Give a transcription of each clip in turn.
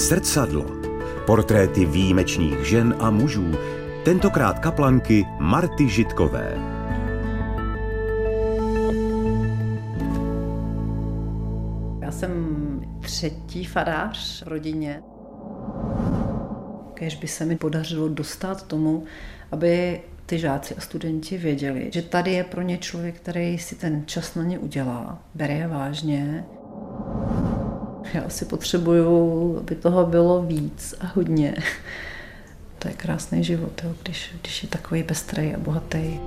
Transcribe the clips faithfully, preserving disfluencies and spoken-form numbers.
Zrcadlo. Portréty výjimečných žen a mužů, tentokrát kaplanky Marty Žitkové. Já jsem třetí farář v rodině. Kéž by se mi podařilo dostat tomu, aby ty žáci a studenti věděli, že tady je pro ně člověk, který si ten čas na ně udělá, bere je vážně. Já si potřebuju, aby toho bylo víc a hodně. To je krásný život, jo, když, když je takový pestrej a bohatý.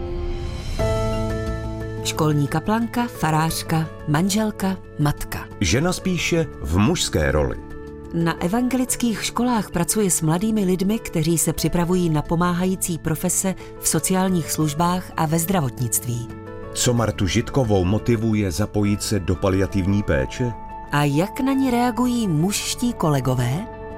Školní kaplanka, farářka, manželka, matka. Žena spíše v mužské roli. Na evangelických školách pracuje s mladými lidmi, kteří se připravují na pomáhající profese v sociálních službách a ve zdravotnictví. Co Martu Žitkovou motivuje zapojit se do paliativní péče? A jak na ní reagují mužští kolegové?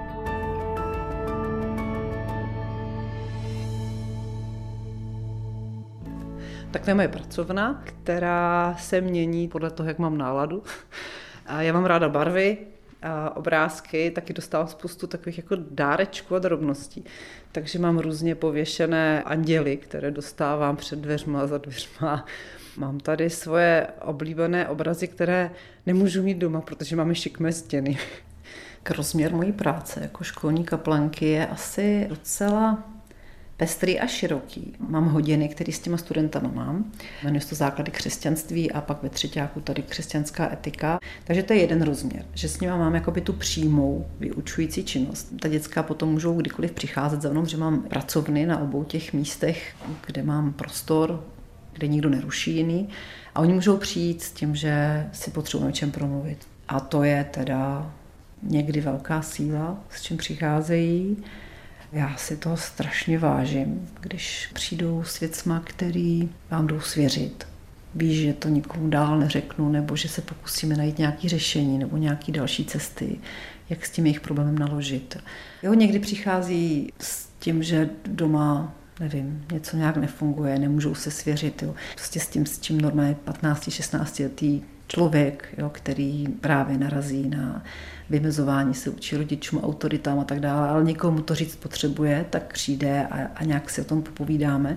Tak to je moje pracovna, která se mění podle toho, jak mám náladu. A já mám ráda barvy, a obrázky, taky dostávám spoustu takových jako dárečků a drobností. Takže mám různě pověšené anděly, které dostávám před dveřma a za dveřma. Mám tady svoje oblíbené obrazy, které nemůžu mít doma, protože máme šikmé stěny. K rozměr mojí práce jako školní kaplanky je asi docela pestrý a široký. Mám hodiny, které s těma studentama mám. Jmenuji se to základy křesťanství a pak ve třetíku tady křesťanská etika. Takže to je jeden rozměr, že s nima mám jakoby tu přímou vyučující činnost. Ta děcka potom můžou kdykoliv přicházet za mnou, že mám pracovny na obou těch místech, kde mám prostor, kde nikdo neruší jiný. A oni můžou přijít s tím, že si potřebují o čem promluvit. A to je teda někdy velká síla, s čím přicházejí. Já si toho strašně vážím, když přijdou s věcma, který vám jdou svěřit. Víš, že to nikomu dál neřeknu, nebo že se pokusíme najít nějaké řešení nebo nějaké další cesty, jak s tím jejich problémem naložit. Jo, někdy přichází s tím, že doma, nevím, něco nějak nefunguje, nemůžou se svěřit. Jo. Prostě s tím, s čím normálně patnáct šestnáct letý člověk, jo, který právě narazí na vymezování se učí rodičům, autoritám a tak dále, ale někomu to říct potřebuje, tak přijde a, a nějak si o tom popovídáme.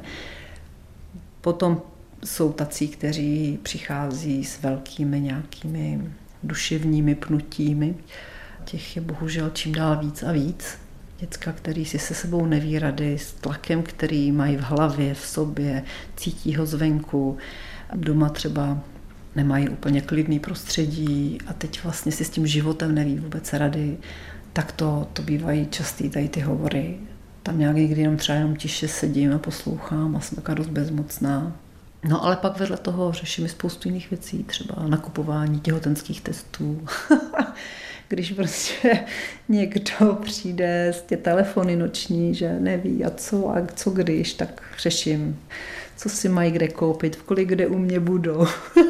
Potom jsou tací, kteří přichází s velkými nějakými duševními pnutími. Těch je bohužel čím dál víc a víc. Děcka, který si se sebou neví rady, s tlakem, který mají v hlavě, v sobě, cítí ho zvenku. Doma třeba nemají úplně klidný prostředí a teď vlastně si s tím životem neví vůbec rady, tak to, to bývají častý tady ty hovory. Tam nějak někdy jenom třeba jenom tiše sedím a poslouchám a jsem taková dost bezmocná. No ale pak vedle toho řešíme spoustu jiných věcí, třeba nakupování těhotenských testů. Když prostě někdo přijde z tě telefony noční, že neví a co a co když, tak řeším, co si mají kde koupit, v kolik kde u mě budou.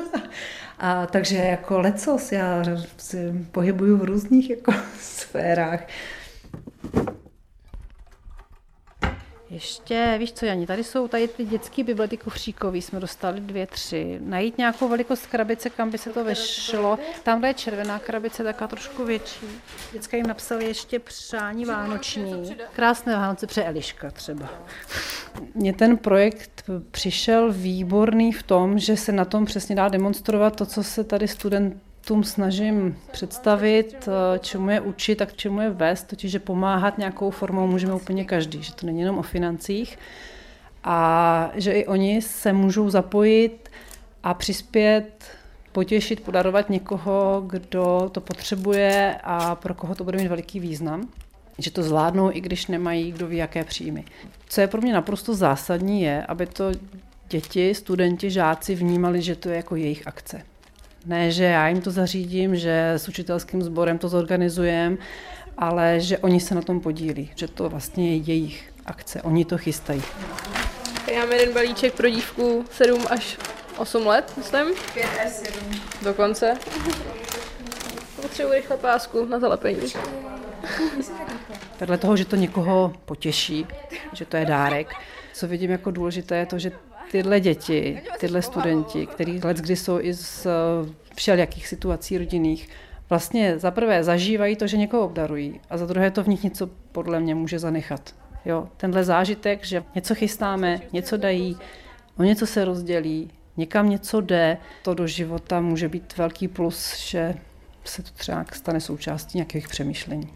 A takže jako lecos, já si pohybuju v různých jako sférách. Ještě, víš co, Jani, tady jsou tady ty dětský bible, ty kufříkový, jsme dostali dvě, tři. Najít nějakou velikost krabice, kam by se to vešlo. Tamhle je červená krabice, taková trošku větší. Děcka jim napsali ještě přání vánoční. Krásné Vánoce, pře Eliška třeba. Mně ten projekt přišel výborný v tom, že se na tom přesně dá demonstrovat to, co se tady studentům snažím představit, čemu je učit a k čemu je vést, totiž, že pomáhat nějakou formou můžeme úplně každý, že to není jenom o financích a že i oni se můžou zapojit a přispět, potěšit, podarovat někoho, kdo to potřebuje a pro koho to bude mít veliký význam. Že to zvládnou, i když nemají kdo ví jaké příjmy. Co je pro mě naprosto zásadní je, aby to děti, studenti, žáci vnímali, že to je jako jejich akce. Ne, že já jim to zařídím, že s učitelským sborem to zorganizujeme, ale že oni se na tom podílí, že to vlastně je jejich akce, oni to chystají. Já mám jeden balíček pro dívku sedm až osm let, myslím. pět až sedm. Dokonce. Potřebuji rychle pásku na zalepení. Vedle toho, že to někoho potěší, že to je dárek, co vidím jako důležité, je to, že tyhle děti, tyhle studenti, kteří leckdy jsou i z všelijakých situací rodinných, vlastně za prvé zažívají to, že někoho obdarují a za druhé to v nich něco podle mě může zanechat. Jo, tenhle zážitek, že něco chystáme, něco dají, o něco se rozdělí, někam něco jde, to do života může být velký plus, že se to třeba stane součástí nějakých přemýšlení.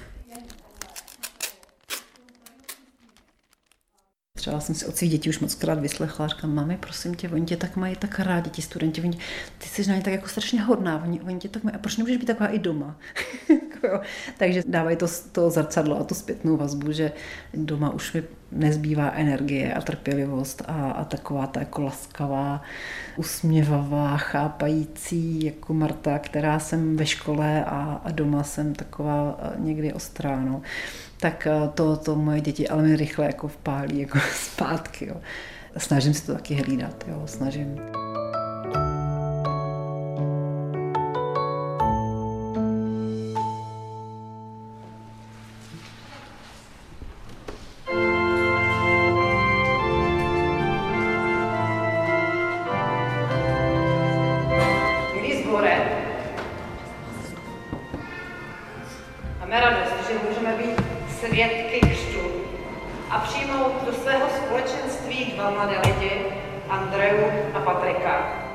Třeba jsem si od svých dětí už mockrát vyslechla, říkám, mami, prosím tě, oni tě tak mají tak rádi, ti studenti, oni, ty jsi na ně tak jako strašně hodná, oni, oni tě tak mají, a proč nemůžeš být taková i doma? Takže dávají to, to zrcadlo a tu zpětnou vazbu, že doma už mi nezbývá energie a trpělivost a, a taková ta jako laskavá, usměvavá, chápající jako Marta, která jsem ve škole a, a doma jsem taková někdy ostrá, no. Tak to, to moje děti ale mi rychle jako vpálí jako zpátky. Jo. Snažím se to taky hlídat, jo, snažím. Milí sbore, máme radost, že můžeme být svědky křtu a přijmout do svého společenství dva mladé lidi, Andreu a Patrika.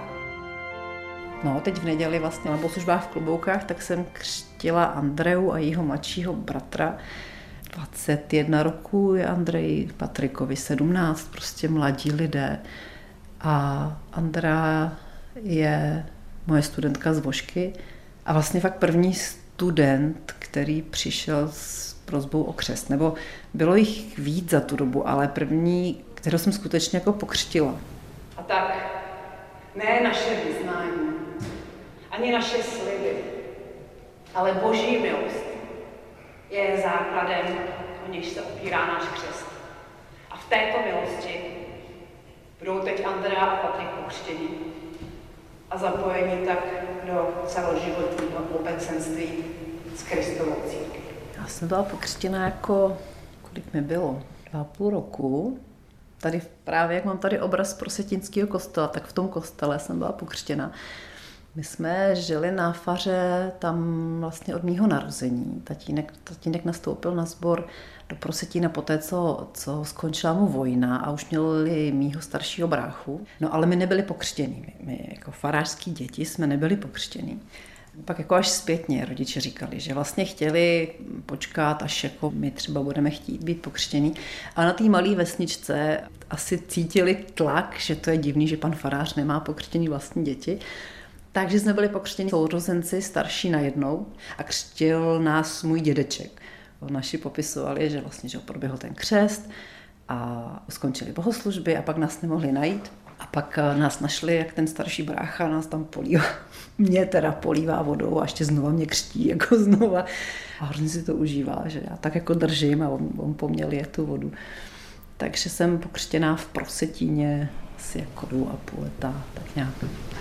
No, teď v neděli vlastně na bohoslužbách v Kloboukách, tak jsem křtila Andreu a jeho mladšího bratra. dvacet jedna roků je Andrej, Patrikovi sedmnáct, prostě mladí lidé. A Andrea je moje studentka z Vožky a vlastně fakt první student, který přišel s prosbou o křest, nebo bylo jich víc za tu dobu, ale první, kterou jsem skutečně jako pokřtila. A tak ne naše vyznání, ani naše sliby, ale Boží milost je základem, o nějž se opírá náš křest. A v této milosti budou teď Andrea a Patrik pokřtěni a zapojeni tak do celoživotního obecenství s Kristovou církví. Já jsem byla pokřtěna jako, kolik mi bylo, dva a půl roku. Tady právě, jak mám tady obraz Prosetinského kostela, tak v tom kostele jsem byla pokřtěna. My jsme žili na faře tam vlastně od mýho narození. Tatínek, tatínek nastoupil na sbor do Prosetína poté, co, co skončila mu vojna a už měli mýho staršího bráchu. No ale my nebyli pokřtění. My, my jako farářský děti jsme nebyli pokřtění. Pak jako až zpětně rodiče říkali, že vlastně chtěli počkat, až jako my třeba budeme chtít být pokřtění. A na té malé vesničce asi cítili tlak, že to je divný, že pan farář nemá pokřtění vlastní děti. Takže jsme byli pokřtěni sourozenci starší najednou a křtil nás můj dědeček. Naši popisovali, že vlastně že proběhl ten křest a skončili bohoslužby a pak nás nemohli najít. A pak nás našli, jak ten starší brácha nás tam polívá, mě teda polívá vodou a ještě znova mě křtí, jako znova. A hrozně si to užívá, že já tak jako držím a on, on po mně lije tu vodu. Takže jsem pokřtěná v Prosetíně asi jako dvou a půl leta, tak nějak.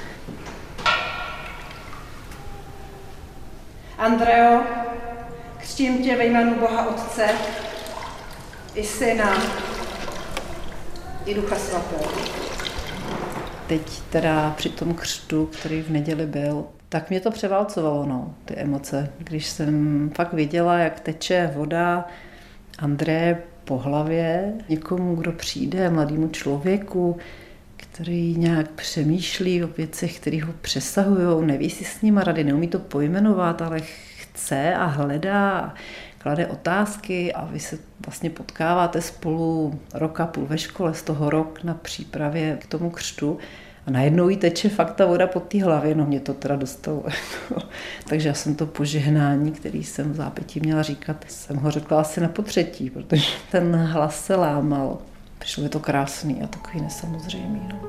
Andreo, křtím tě ve jménu Boha Otce i Syna i Ducha Svatého. Teď teda při tom křtu, který v neděli byl, tak mě to převálcovalo, no, ty emoce. Když jsem fakt viděla, jak teče voda Andreje po hlavě někomu, kdo přijde, mladému člověku, který nějak přemýšlí o věcech, které ho přesahují, neví si s nima rady, neumí to pojmenovat, ale chce a hledá, klade otázky a vy se vlastně potkáváte spolu rok a půl ve škole, z toho rok na přípravě k tomu křtu a najednou jí teče fakt ta voda pod té hlavě, no mě to teda dostalo. Takže já jsem to požehnání, který jsem v zápětí měla říkat, jsem ho řekla asi na potřetí, protože ten hlas se lámal. Přišlo je to krásný a takový nesamozřejmý. No.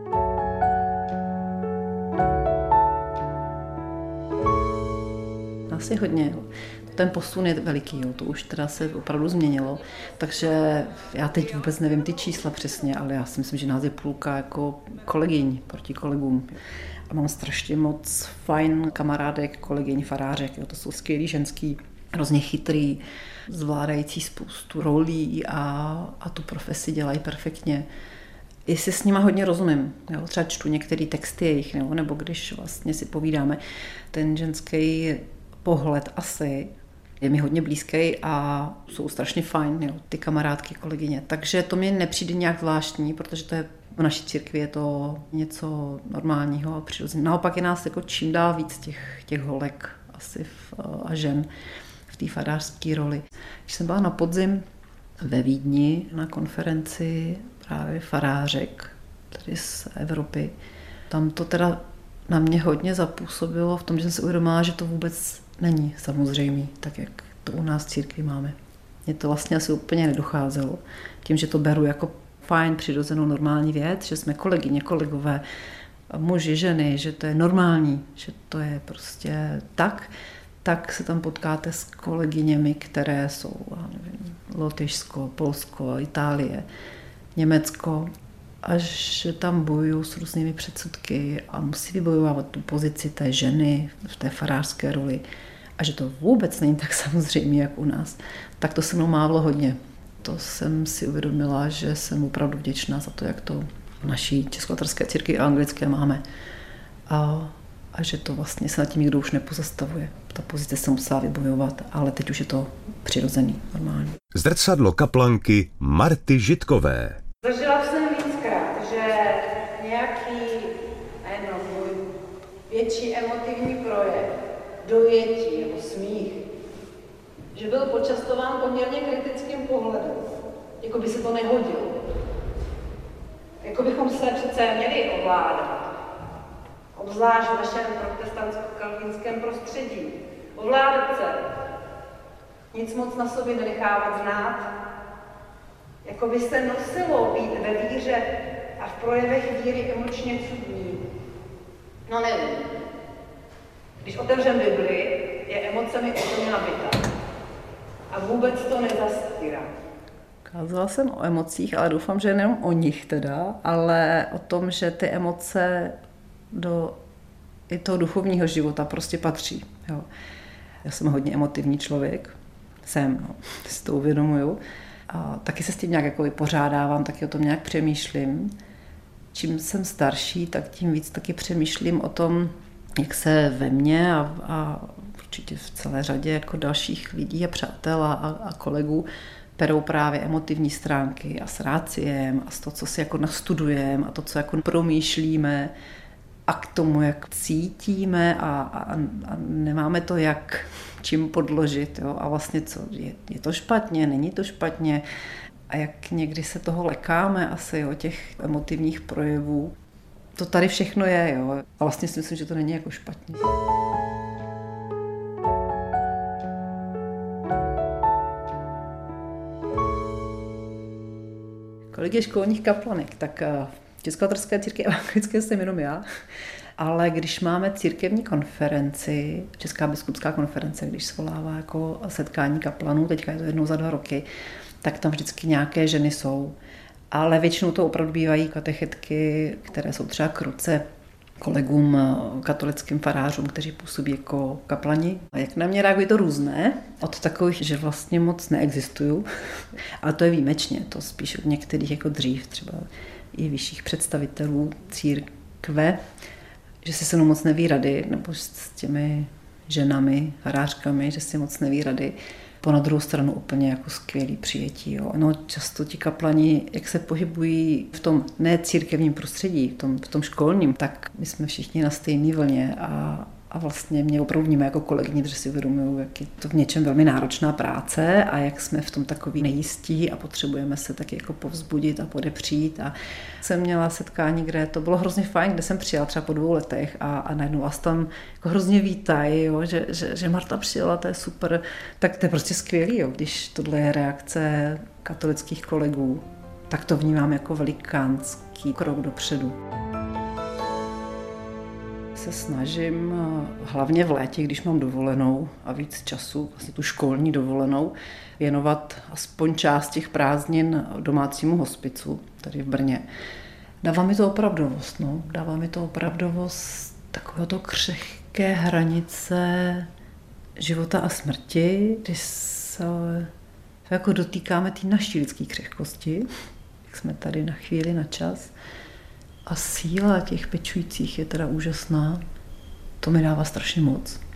Asi hodně. Jo. Ten posun je veliký, jo. To už teda se opravdu změnilo. Takže já teď vůbec nevím ty čísla přesně, ale já si myslím, že nás je půlka jako kolegyň proti kolegům. A mám strašně moc fajn kamarádek, kolegyň, farářek. Jo. To jsou skvělý ženský, hrozně chytrý, zvládající spoustu rolí a, a tu profesi dělají perfektně. I si s nima hodně rozumím. Jo? Třeba čtu některé texty jejich, nebo, nebo když vlastně si povídáme. Ten ženský pohled asi je mi hodně blízký a jsou strašně fajn, jo, ty kamarádky, kolegyně. Takže to mi nepřijde nějak zvláštní, protože to je v naší církvi je to něco normálního a přirozeného. Naopak je nás jako čím dál víc těch, těch holek asi v, a žen v té farářské roli. Když jsem byla na podzim ve Vídni na konferenci právě farářek, tady z Evropy, tam to teda na mě hodně zapůsobilo v tom, že jsem si uvědomila, že to vůbec není samozřejmý, tak jak to u nás v církvi máme. Mně to vlastně asi úplně nedocházelo. Tím, že to beru jako fajn, přirozenou, normální věc, že jsme kolegyně, kolegové, muži, ženy, že to je normální, že to je prostě tak, tak se tam potkáte s kolegyněmi, které jsou, nevím, Lotyšsko, Polsko, Itálie, Německo, a že tam bojují s různými předsudky a musí vybojovat tu pozici té ženy v té farářské roli a že to vůbec není tak samozřejmě, jak u nás, tak to se mnou mávlo hodně. To jsem si uvědomila, že jsem opravdu vděčná za to, jak to v naší českotatarské církvi a anglické máme. A, a že to vlastně se nad tím nikdo už nepozastavuje. Ta pozice se musela vybojovat, ale teď už je to přirozený, normální. Zrcadlo kaplanky Marty Židkové. Zažila jsem víckrát, že nějaký nejenom můj větší emotivní projev, dojetí nebo smích, že byl počastován poměrně kritickým pohledem, jako by se to nehodilo. Jako bychom se přece měli ovládat. Obzvlášť v našem protestantsko-kalvinském prostředí. Ovládat se. Nic moc na sobě nenechávat znát. Jako by se nosilo být ve víře a v projevech víry emočně cudní. No nevím. Když otevřem Bibli, je emocemi úplně nabitá. A vůbec to nezastírám. Kázala jsem o emocích, ale doufám, že nejenom o nich teda, ale o tom, že ty emoce do i toho duchovního života prostě patří. Jo. Já jsem hodně emotivní člověk, jsem, no, si to uvědomuju. A taky se s tím nějak jako vypořádávám, taky o tom nějak přemýšlím. Čím jsem starší, tak tím víc taky přemýšlím o tom, jak se ve mně a, a určitě v celé řadě jako dalších lidí a přátel a, a kolegů perou právě emotivní stránky a s ráciem a s to, co si jako nastudujeme a to, co jako promýšlíme a k tomu, jak cítíme a, a, a nemáme to jak čím podložit. Jo? A vlastně co, je, je to špatně, není to špatně a jak někdy se toho lekáme asi o těch emotivních projevů. To tady všechno je, jo. A vlastně si myslím, že to není jako špatně. Kolik je školních kaplanek? Tak v Českotatarské církvi evangelické jsem jenom já, ale když máme církevní konferenci, Česká biskupská konference, když svolává jako setkání kaplanů, teďka je to jednou za dva roky, tak tam vždycky nějaké ženy jsou. Ale většinou to opravdu bývají katechetky, které jsou třeba k ruce kolegům katolickým farářům, kteří působí jako kaplani. A jak na mě reagují to různé, od takových, že vlastně moc neexistují, ale to je výjimečně, to spíš od některých jako dřív, třeba i vyšších představitelů církve, že si se mnou moc neví rady, nebo s těmi ženami, farářkami, že si moc neví rady. Po na druhou stranu úplně jako skvělý přijetí. Jo. No, často ti kaplani, jak se pohybují v tom ne církevním prostředí, v tom, v tom školním, tak my jsme všichni na stejné vlně a, a vlastně mě opravdu vnímají jako kolegyni, protože si uvědomují, jak je to v něčem velmi náročná práce a jak jsme v tom takový nejistí a potřebujeme se taky jako povzbudit a podepřít. A jsem měla setkání, kde to bylo hrozně fajn, kde jsem přijela třeba po dvou letech a, a najednou vás tam jako hrozně vítají, jo, že, že, že Marta přijela, to je super. Tak to je prostě skvělý, jo, když tohle je reakce katolických kolegů, tak to vnímám jako velikánský krok dopředu. Se snažím hlavně v létě, když mám dovolenou a víc času, vlastně tu školní dovolenou, věnovat aspoň část těch prázdnin domácímu hospicu tady v Brně. Dává mi to opravdovost, no. Dává mi to opravdovost takovéto křehké hranice života a smrti, kdy se jako dotýkáme té naší lidské křehkosti, jak jsme tady na chvíli, na čas. A síla těch pečujících je teda úžasná. To mi dává strašně moc.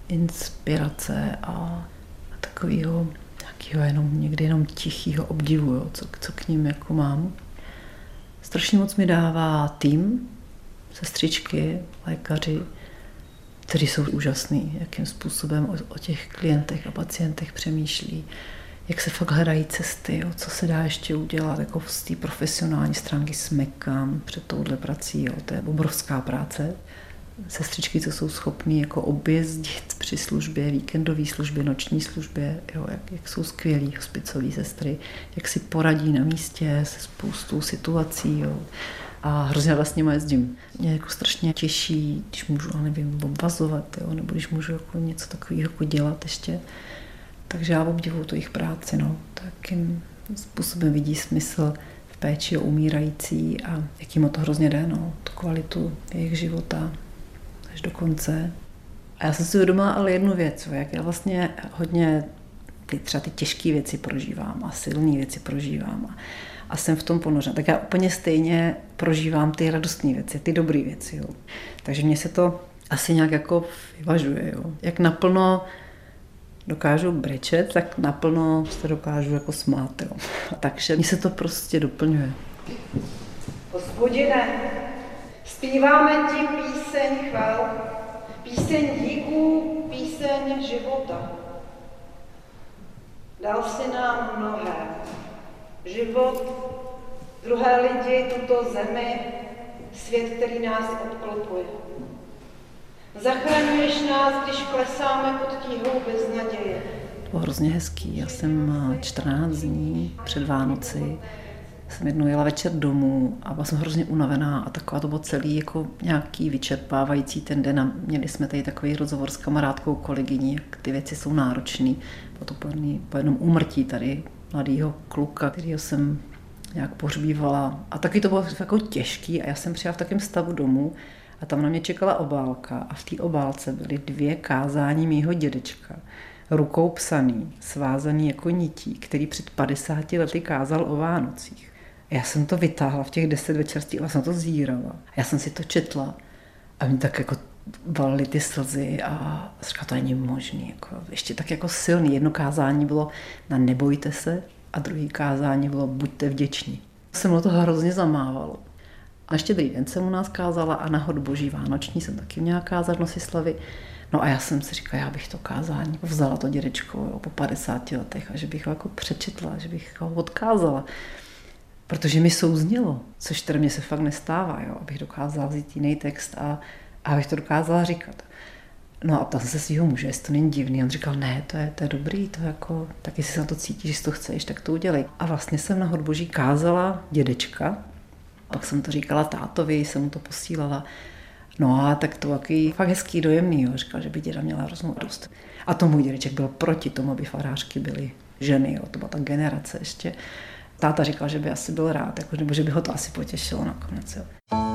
inspirace a, a takového nějakého jenom, někdy jenom tichého obdivu, jo, co, co k ním jako mám. Strašně moc mi dává tým, sestřičky, lékaři, kteří jsou úžasný, jakým způsobem o, o těch klientech a pacientech přemýšlí, jak se fakt hledají cesty, jo, co se dá ještě udělat, jako z té profesionální stránky smekám před touhle prací, jo, to je obrovská práce. Sestřičky, co jsou schopné jako objezdit při službě, víkendové službě, noční službě, jo, jak, jak jsou skvělí hospicové sestry, jak si poradí na místě se spoustou situací. Jo. A hrozně vlastně má jezdím. Mě jako strašně těší, když můžu, nevím, obvazovat, jo, nebo když můžu jako něco takového jako dělat ještě. Takže já obdivuju tu jejich práci, no. Takým způsobem vidí smysl v péči o umírající a jak jim o to hrozně jde, no, tu kvalitu jejich života až do konce. A já jsem si uvědomila ale jednu věc, jak já vlastně hodně ty, třeba ty těžké věci prožívám a silné věci prožívám a, a jsem v tom ponořena. Tak já úplně stejně prožívám ty radostné věci, ty dobré věci. Jo. Takže mně se to asi nějak jako vyvažuje. Jo. Jak naplno dokážu brečet, tak naplno se dokážu jako smát. Jo. Takže mi se to prostě doplňuje. Hospodine, zpíváme ti píseň chvál, píseň díků, píseň života. Dal si nám mnohé. Život, druhé lidi, tuto zemi, svět, který nás obklopuje. Zachraňuješ nás, když klesáme pod tíhou beznaděje. To bylo hrozně hezký. Já jsem čtrnáct dní před Vánoci jsem jednou jela večer domů a byla jsem hrozně unavená a taková to bylo celý jako nějaký vyčerpávající ten den a měli jsme tady takový rozhovor s kamarádkou, kolegyní, jak ty věci jsou náročný. Bylo to po, jedný, po jednom úmrtí tady mladýho kluka, kterýho jsem nějak pohřbívala a taky to bylo jako těžký a já jsem přijela v takém stavu domů a tam na mě čekala obálka a v té obálce byly dvě kázání mýho dědečka, rukou psaný, svázaný jako nití, který před padesáti lety kázal o Vánocích. Já jsem to vytáhla v těch deset večerství a jsem to zírala. Já jsem si to četla a mi tak jako valily ty slzy a říkala, to není možný. Jako, ještě tak jako silný. Jedno kázání bylo na nebojte se a druhé kázání bylo buďte vděční. Se mnou to hrozně zamávalo. Na Štědrý den jsem u nás kázala a na Hod Boží vánoční jsem taky měla kázat Nosislavy. No a já jsem si říkala, já bych to kázání vzala to dědečko jo, po padesáti letech a že bych ho jako přečetla, že bych ho odkázala. Protože mi souznělo, což teda mě se fakt nestává, jo, abych dokázala vzít jiný text a, a abych to dokázala říkat. No a ptal jsem se svýho muže, jestli to není divný. On říkal, ne, to je, to je dobrý, to jako, tak jestli se na to cítíš, že to chceš, tak to udělej. A vlastně jsem na Hod Boží kázala dědečka, pak jsem to říkala tátovi, jsem mu to posílala. No a tak to takový fakt hezký, dojemný, jo. Říkal, že by děda měla hroznou radost. A to můj dědeček byl proti tomu, aby farářky byly ženy, jo. To byla ta generace ještě. Táta říkal, že by asi byl rád, jako, nebo že by ho to asi potěšilo nakonec. Jo.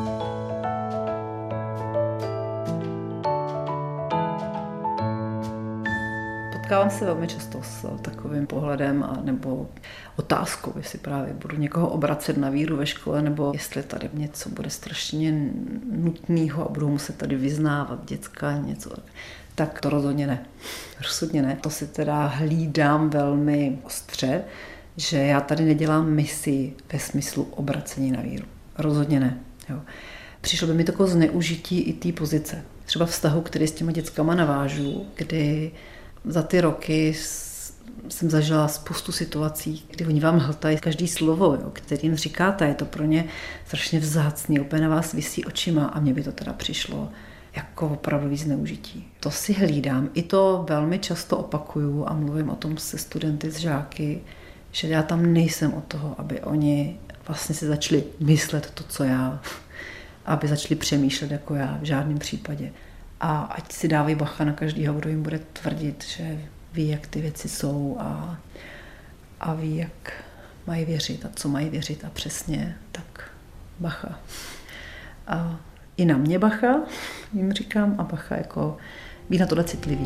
Potkávám se velmi často s takovým pohledem a nebo otázkou, jestli právě budu někoho obracet na víru ve škole, nebo jestli tady něco bude strašně nutného a budu muset tady vyznávat děcka něco. Tak to rozhodně ne. Rozhodně ne. To si teda hlídám velmi ostře, že já tady nedělám misi ve smyslu obracení na víru. Rozhodně ne. Jo. Přišlo by mi takové zneužití i té pozice. Třeba vztahu, který s těma dětskama navážu, kdy za ty roky jsem zažila spoustu situací, kdy oni vám hltají každý slovo, jo, kterým říkáte. Je to pro ně strašně vzácný, úplně na vás visí očima a mně by to teda přišlo jako opravdový zneužití. To si hlídám. I to velmi často opakuju a mluvím o tom se studenty, s žáky, že já tam nejsem od toho, aby oni vlastně si začali myslet to, co já, aby začali přemýšlet jako já v žádném případě. A ať si dávají bacha na každýho, kdo jim bude tvrdit, že ví, jak ty věci jsou a, a ví, jak mají věřit a co mají věřit a přesně, tak bacha. A i na mě bacha, jim říkám, a bacha jako být na tohle citlivý.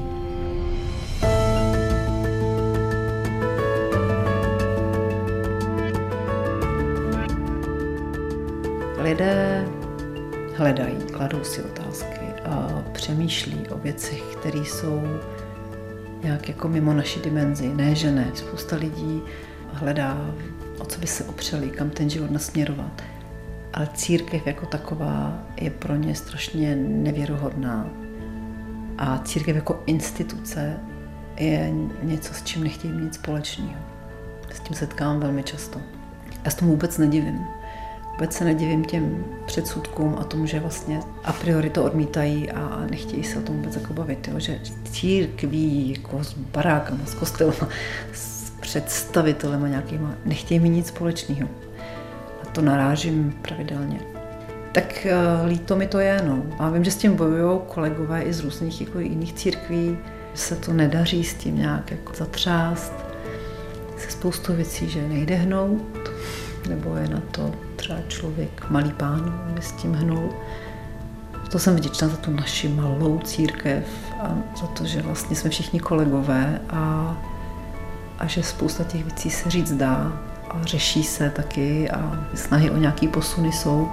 Lidé hledají, kladou si otázky přemýšlí o věcech, které jsou nějak jako mimo naši dimenzi. Ne, že ne. Spousta lidí hledá, o co by se opřeli, kam ten život nasměrovat. Ale církev jako taková je pro ně strašně nevěrohodná. A církev jako instituce je něco, s čím nechtějí mít nic společného. S tím setkám velmi často. Já se tomu vůbec nedivím. Vůbec se nedivím těm předsudkům a tomu, že vlastně a priori to odmítají a nechtějí se o tom vůbec jako bavit. Jo? Že církví jako s barákama, s kostelama, s představitelema nějakýma, nechtějí mít nic společného. A to narážím pravidelně. Tak líto mi to je, no. A vím, že s tím bojují kolegové i z různých jako jiných církví, že se to nedaří s tím nějak jako zatřást. Se spoustou věcí, že nejde hnout, nebo je na to třeba člověk malý pán, aby s tím hnul. To jsem vděčná za tu naši malou církev a za to, že vlastně jsme všichni kolegové a, a že spousta těch věcí se říct dá a řeší se taky a snahy o nějaký posuny jsou.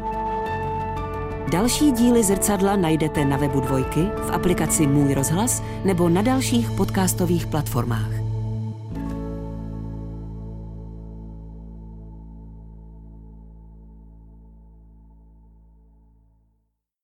Další díly Zrcadla najdete na webu Dvojky, v aplikaci Můj rozhlas nebo na dalších podcastových platformách.